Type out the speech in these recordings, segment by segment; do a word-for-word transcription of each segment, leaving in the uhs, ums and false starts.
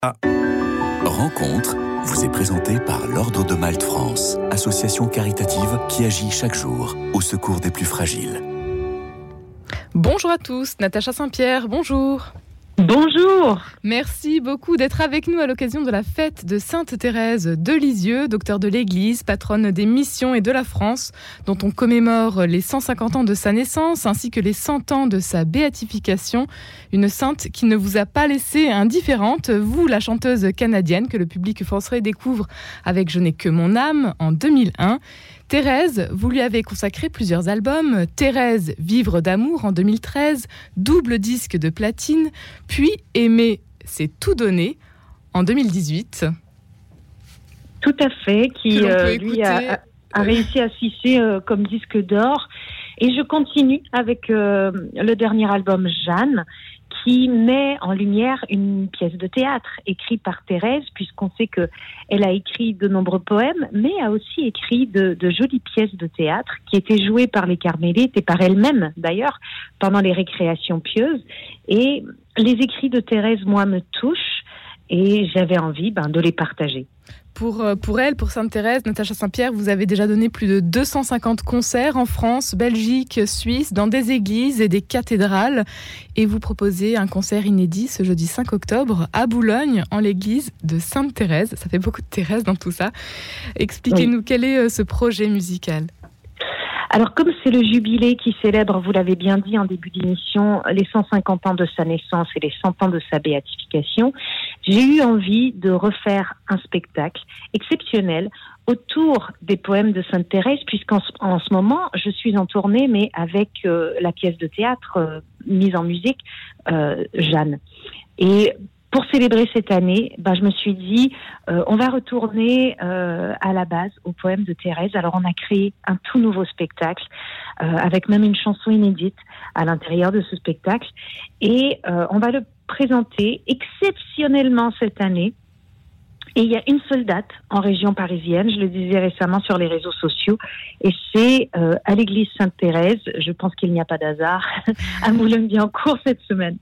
Ah. Rencontre vous est présentée par l'Ordre de Malte France, association caritative qui agit chaque jour au secours des plus fragiles. Bonjour à tous, Natacha Saint-Pierre, bonjour. Bonjour. Merci beaucoup d'être avec nous à l'occasion de la fête de Sainte Thérèse de Lisieux, docteur de l'Église, patronne des missions et de la France, dont on commémore les cent cinquante ans de sa naissance ainsi que les cent ans de sa béatification. Une sainte qui ne vous a pas laissé indifférente, vous, la chanteuse canadienne que le public français découvre avec Je n'ai que mon âme en deux mille un. Thérèse, vous lui avez consacré plusieurs albums. Thérèse, Vivre d'amour en deux mille treize, double disque de platine, puis Aimer, c'est tout donner en deux mille dix-huit. Tout à fait, qui euh, lui a, a réussi à s'hisser euh, comme disque d'or. Et je continue avec euh, le dernier album Jeanne, qui met en lumière une pièce de théâtre écrite par Thérèse, puisqu'on sait qu'elle a écrit de nombreux poèmes, mais a aussi écrit de, de jolies pièces de théâtre qui étaient jouées par les carmélites et par elle-même d'ailleurs pendant les récréations pieuses. Et les écrits de Thérèse, moi, me touchent et j'avais envie ben, de les partager. Pour, pour elle, pour Sainte Thérèse, Natacha Saint-Pierre, vous avez déjà donné plus de deux cent cinquante concerts en France, Belgique, Suisse, dans des églises et des cathédrales. Et vous proposez un concert inédit ce jeudi cinq octobre à Boulogne, en l'église de Sainte Thérèse. Ça fait beaucoup de Thérèse dans tout ça. Expliquez-nous, oui. Quel est ce projet musical ? Alors, comme c'est le jubilé qui célèbre, vous l'avez bien dit en début d'émission, les cent cinquante ans de sa naissance et les cent ans de sa béatification, j'ai eu envie de refaire un spectacle exceptionnel autour des poèmes de Sainte Thérèse, puisqu'en en ce moment, je suis en tournée, mais avec euh, la pièce de théâtre euh, mise en musique, euh, Jeanne. Et pour célébrer cette année, bah, je me suis dit, euh, on va retourner euh, à la base, au poème de Thérèse. Alors, on a créé un tout nouveau spectacle, euh, avec même une chanson inédite à l'intérieur de ce spectacle. Et euh, on va le présenter exceptionnellement cette année. Et il y a une seule date en région parisienne, je le disais récemment sur les réseaux sociaux, et c'est euh, à l'église Sainte-Thérèse, je pense qu'il n'y a pas d'hasard, à Boulogne-Billancourt cette semaine.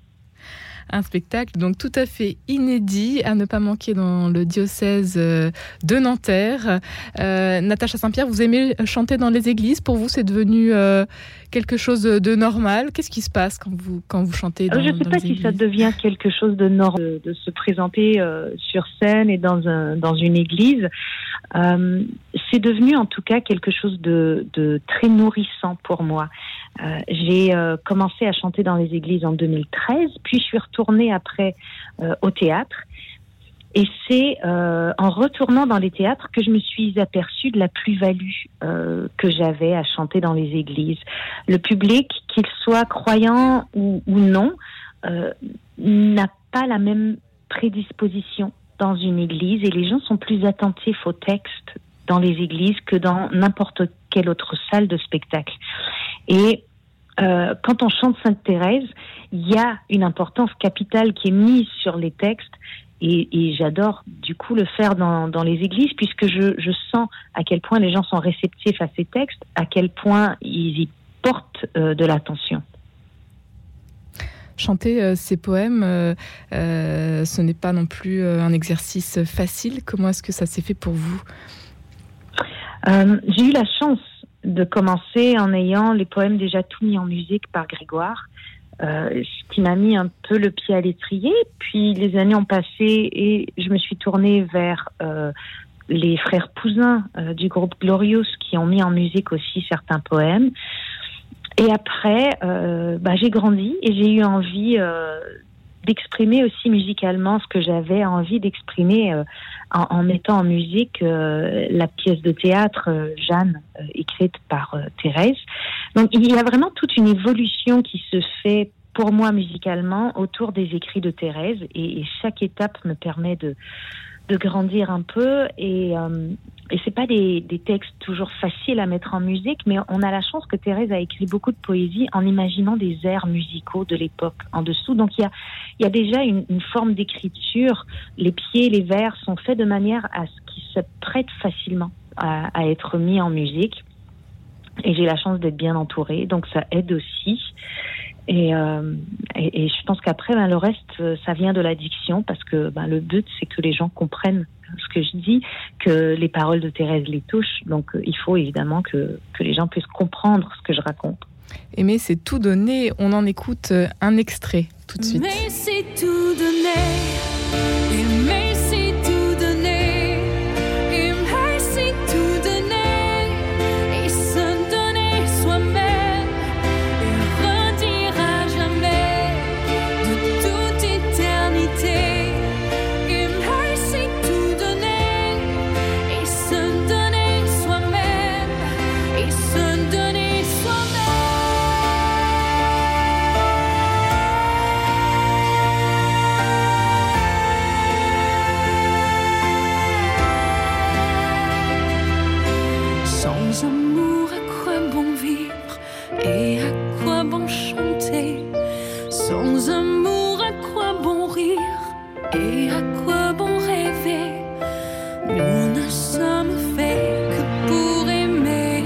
Un spectacle donc tout à fait inédit, à ne pas manquer dans le diocèse de Nanterre. Euh, Natacha Saint-Pierre, vous aimez chanter dans les églises ? Pour vous, c'est devenu euh, quelque chose de normal ? Qu'est-ce qui se passe quand vous, quand vous chantez dans, dans les églises ? Je ne sais pas si ça devient quelque chose de normal de, de se présenter euh, sur scène et dans, un, dans une église. Euh, c'est devenu en tout cas quelque chose de, de très nourrissant pour moi. Euh, j'ai euh, commencé à chanter dans les églises en deux mille treize, puis je suis retournée après euh, au théâtre. Et c'est euh, en retournant dans les théâtres que je me suis aperçue de la plus-value euh, que j'avais à chanter dans les églises. Le public, qu'il soit croyant ou, ou non, euh, n'a pas la même prédisposition dans une église et les gens sont plus attentifs au texte dans les églises que dans n'importe quelle autre salle de spectacle. Et euh, quand on chante Sainte Thérèse, il y a une importance capitale qui est mise sur les textes et, et j'adore du coup le faire dans, dans les églises puisque je, je sens à quel point les gens sont réceptifs à ces textes, à quel point ils y portent euh, de l'attention. Chanter euh, ces poèmes, euh, euh, ce n'est pas non plus euh, un exercice facile. Comment est-ce que ça s'est fait pour vous ? euh, J'ai eu la chance de commencer en ayant les poèmes déjà tout mis en musique par Grégoire, euh, ce qui m'a mis un peu le pied à l'étrier. Puis les années ont passé et je me suis tournée vers euh, les frères Pouzin euh, du groupe Glorious qui ont mis en musique aussi certains poèmes. Et après, euh, bah, j'ai grandi et j'ai eu envie euh, d'exprimer aussi musicalement ce que j'avais envie d'exprimer euh, en, en mettant en musique euh, la pièce de théâtre euh, Jeanne, euh, écrite par euh, Thérèse. Donc il y a vraiment toute une évolution qui se fait pour moi musicalement autour des écrits de Thérèse et, et chaque étape me permet de de grandir un peu et, euh, et c'est pas des, des textes toujours faciles à mettre en musique, mais on a la chance que Thérèse a écrit beaucoup de poésie en imaginant des airs musicaux de l'époque en dessous. Donc il y a, il y a déjà une, une forme d'écriture. Les pieds, les vers sont faits de manière à ce qu'ils se prêtent facilement à, à être mis en musique. Et j'ai la chance d'être bien entourée, donc ça aide aussi. Et, euh, et, et je pense qu'après, ben, le reste, ça vient de l'addiction, parce que ben, le but, c'est que les gens comprennent ce que je dis, que les paroles de Thérèse les touchent. Donc, euh, il faut évidemment que, que les gens puissent comprendre ce que je raconte. Aimer, c'est tout donner. On en écoute un extrait tout de suite. Aimer, c'est tout donner. Aimer, c'est tout donner. Aimer, c'est tout donner. Et se donner soi-même. Et redire à jamais de toute éternité. Aimer, c'est tout donner. Et se donner soi-même. Et se donner soi-même. Sans amour, à quoi bon vivre et à quoi bon chanter? Sans amour, à quoi bon rire et à quoi bon rêver? Nous ne sommes faits que pour aimer.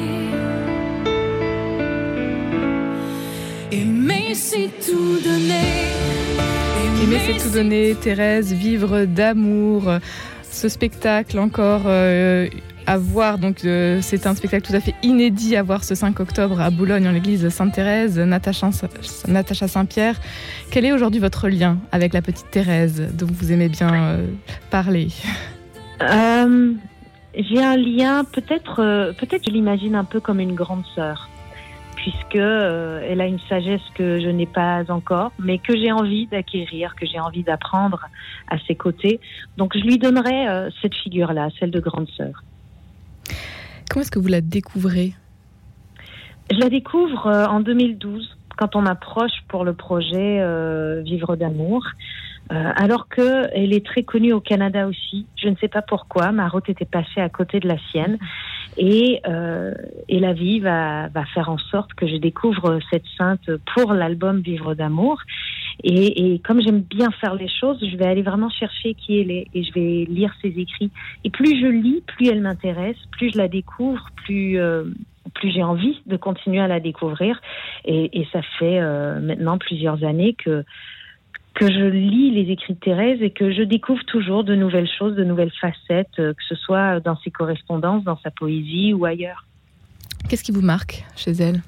Aimer, c'est tout donner. Aimer, c'est tout donner, Thérèse, vivre d'amour. Ce spectacle encore euh, à voir, donc euh, c'est un spectacle tout à fait inédit à voir ce cinq octobre à Boulogne, en l'église Sainte-Thérèse, Natacha, Natacha Saint-Pierre. Quel est aujourd'hui votre lien avec la petite Thérèse, dont vous aimez bien euh, parler? euh, J'ai un lien, peut-être, euh, peut-être je l'imagine un peu comme une grande sœur, puisque euh, elle a une sagesse que je n'ai pas encore, mais que j'ai envie d'acquérir, que j'ai envie d'apprendre à ses côtés. Donc je lui donnerai euh, cette figure-là, celle de grande sœur. Comment est-ce que vous la découvrez? Je la découvre euh, en deux mille douze, quand on m'approche pour le projet euh, Vivre d'amour, euh, alors qu'elle est très connue au Canada aussi. Je ne sais pas pourquoi, ma route était passée à côté de la sienne. Et, euh, et la vie va, va faire en sorte que je découvre cette sainte pour l'album Vivre d'amour. Et, et comme j'aime bien faire les choses, je vais aller vraiment chercher qui elle est et je vais lire ses écrits. Et plus je lis, plus elle m'intéresse, plus je la découvre, plus, euh, plus j'ai envie de continuer à la découvrir. Et, et ça fait euh, maintenant plusieurs années que que je lis les écrits de Thérèse et que je découvre toujours de nouvelles choses, de nouvelles facettes, que ce soit dans ses correspondances, dans sa poésie ou ailleurs. Qu'est-ce qui vous marque chez elle?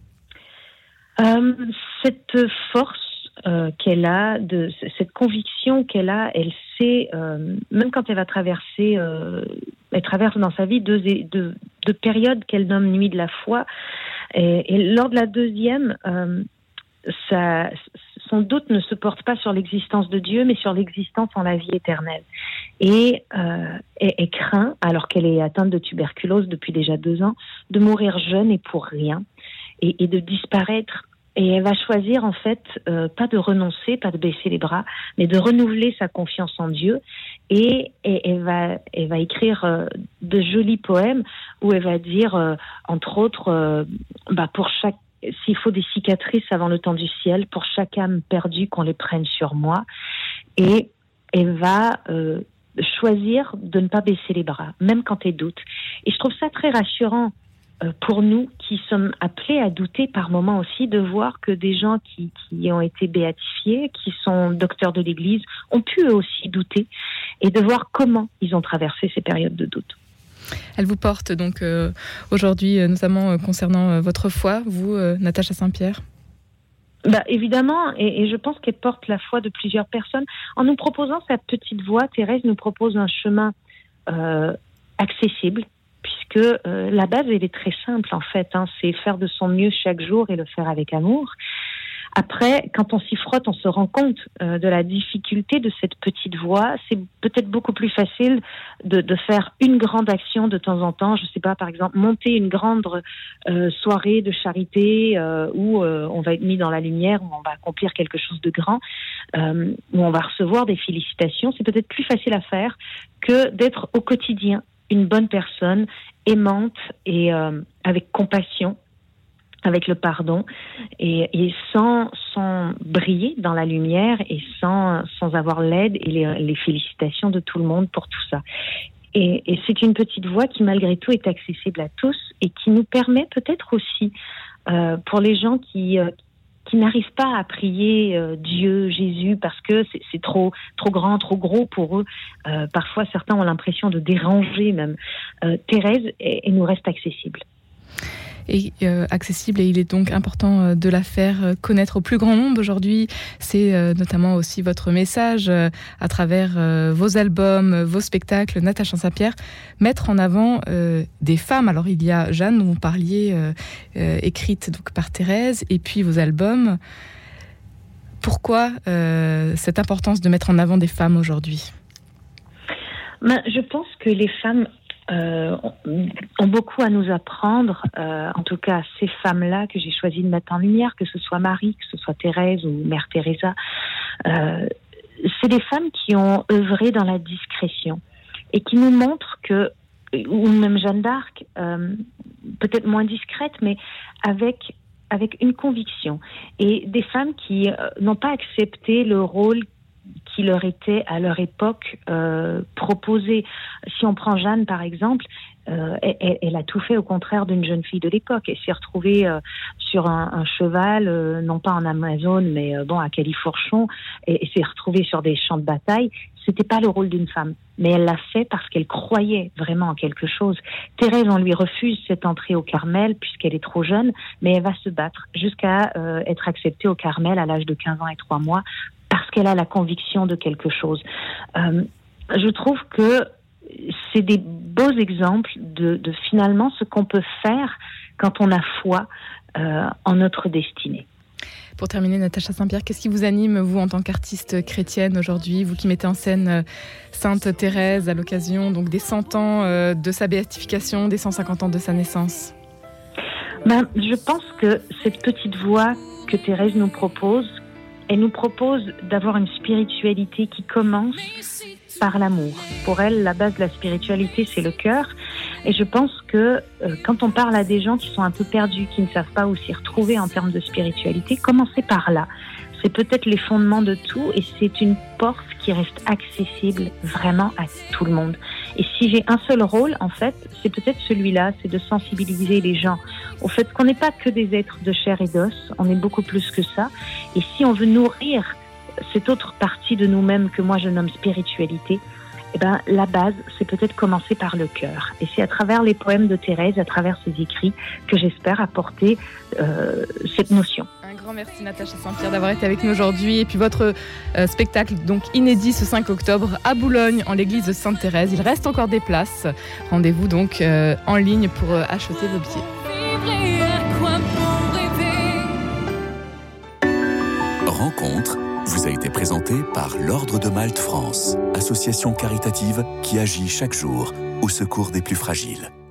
euh, Cette force euh, qu'elle a, de, cette conviction qu'elle a, elle sait, euh, même quand elle va traverser, euh, elle traverse dans sa vie deux, deux, deux périodes qu'elle nomme Nuit de la foi. Et, et lors de la deuxième, euh, ça... son doute ne se porte pas sur l'existence de Dieu, mais sur l'existence en la vie éternelle. Et euh, elle, elle craint, alors qu'elle est atteinte de tuberculose depuis déjà deux ans, de mourir jeune et pour rien, et, et de disparaître. Et elle va choisir, en fait, euh, pas de renoncer, pas de baisser les bras, mais de renouveler sa confiance en Dieu. Et, et elle, va, elle va écrire euh, de jolis poèmes où elle va dire, euh, entre autres, euh, bah, pour chaque s'il faut des cicatrices avant le temps du ciel, pour chaque âme perdue, qu'on les prenne sur moi. Et elle va euh, choisir de ne pas baisser les bras, même quand elle doute. Et je trouve ça très rassurant euh, pour nous qui sommes appelés à douter par moments aussi, de voir que des gens qui, qui ont été béatifiés, qui sont docteurs de l'Église, ont pu eux aussi douter, et de voir comment ils ont traversé ces périodes de doute. Elle vous porte donc euh, aujourd'hui, euh, notamment euh, concernant euh, votre foi, vous, euh, Natacha Saint-Pierre? Bah, évidemment, et, et je pense qu'elle porte la foi de plusieurs personnes. En nous proposant sa petite voix, Thérèse nous propose un chemin euh, accessible, puisque euh, la base, elle est très simple en fait, hein, c'est faire de son mieux chaque jour et le faire avec amour. Après, quand on s'y frotte, on se rend compte euh, de la difficulté de cette petite voix. C'est peut-être beaucoup plus facile de, de faire une grande action de temps en temps. Je sais pas, par exemple, monter une grande euh, soirée de charité euh, où euh, on va être mis dans la lumière, où on va accomplir quelque chose de grand, euh, où on va recevoir des félicitations. C'est peut-être plus facile à faire que d'être au quotidien une bonne personne, aimante et euh, avec compassion, avec le pardon, et, et sans, sans briller dans la lumière et sans, sans avoir l'aide et les, les félicitations de tout le monde pour tout ça. Et, et c'est une petite voix qui, malgré tout, est accessible à tous et qui nous permet peut-être aussi, euh, pour les gens qui, euh, qui n'arrivent pas à prier euh, Dieu, Jésus, parce que c'est, c'est trop, trop grand, trop gros pour eux. Euh, parfois, certains ont l'impression de déranger même. Euh, Thérèse, elle nous reste accessible. Et euh, accessible, et il est donc important euh, de la faire euh, connaître au plus grand nombre aujourd'hui. C'est euh, notamment aussi votre message euh, à travers euh, vos albums, euh, vos spectacles, Natacha Saint-Pierre, mettre en avant euh, des femmes. Alors il y a Jeanne, dont vous parliez, euh, euh, écrite donc par Thérèse, et puis vos albums. Pourquoi euh, cette importance de mettre en avant des femmes aujourd'hui ? Ben, je pense que les femmes Euh, ont beaucoup à nous apprendre, euh, en tout cas ces femmes-là que j'ai choisi de mettre en lumière, que ce soit Marie, que ce soit Thérèse ou Mère Teresa. Euh, c'est des femmes qui ont œuvré dans la discrétion et qui nous montrent que, ou même Jeanne d'Arc, euh, peut-être moins discrète, mais avec avec une conviction. Et des femmes qui euh, n'ont pas accepté le rôle qui leur était à leur époque euh, proposé. Si on prend Jeanne par exemple, euh, elle, elle a tout fait au contraire d'une jeune fille de l'époque. Elle s'est retrouvée euh, sur un, un cheval, euh, non pas en Amazone, mais euh, bon à Califourchon, et, et s'est retrouvée sur des champs de bataille. C'était pas le rôle d'une femme, mais elle l'a fait parce qu'elle croyait vraiment en quelque chose. Thérèse, on lui refuse cette entrée au Carmel puisqu'elle est trop jeune, mais elle va se battre jusqu'à euh, être acceptée au Carmel à l'âge de quinze ans et trois mois parce qu'elle a la conviction de quelque chose. Euh, je trouve que c'est des beaux exemples de, de finalement ce qu'on peut faire quand on a foi euh, en notre destinée. Pour terminer, Natacha Saint-Pierre, qu'est-ce qui vous anime, vous, en tant qu'artiste chrétienne aujourd'hui, vous qui mettez en scène euh, Sainte Thérèse à l'occasion donc, des cent ans euh, de sa béatification, des cent cinquante ans de sa naissance ? Ben, je pense que cette petite voie que Thérèse nous propose, elle nous propose d'avoir une spiritualité qui commence par l'amour. Pour elle, la base de la spiritualité, c'est le cœur. Et je pense que euh, quand on parle à des gens qui sont un peu perdus, qui ne savent pas où s'y retrouver en termes de spiritualité, commencez par là. C'est peut-être les fondements de tout et c'est une porte qui reste accessible vraiment à tout le monde. Et si j'ai un seul rôle, en fait, c'est peut-être celui-là, c'est de sensibiliser les gens au fait qu'on n'est pas que des êtres de chair et d'os, on est beaucoup plus que ça. Et si on veut nourrir cette autre partie de nous-mêmes que moi je nomme spiritualité, eh ben, la base, c'est peut-être commencer par le cœur. Et c'est à travers les poèmes de Thérèse, à travers ses écrits, que j'espère apporter euh, cette notion. Un grand merci Natacha Saint-Pierre d'avoir été avec nous aujourd'hui. Et puis votre euh, spectacle donc inédit ce cinq octobre à Boulogne, en l'église de Sainte-Thérèse. Il reste encore des places. Rendez-vous donc euh, en ligne pour euh, acheter vos billets. Rencontre vous a été présenté par l'Ordre de Malte France, association caritative qui agit chaque jour au secours des plus fragiles.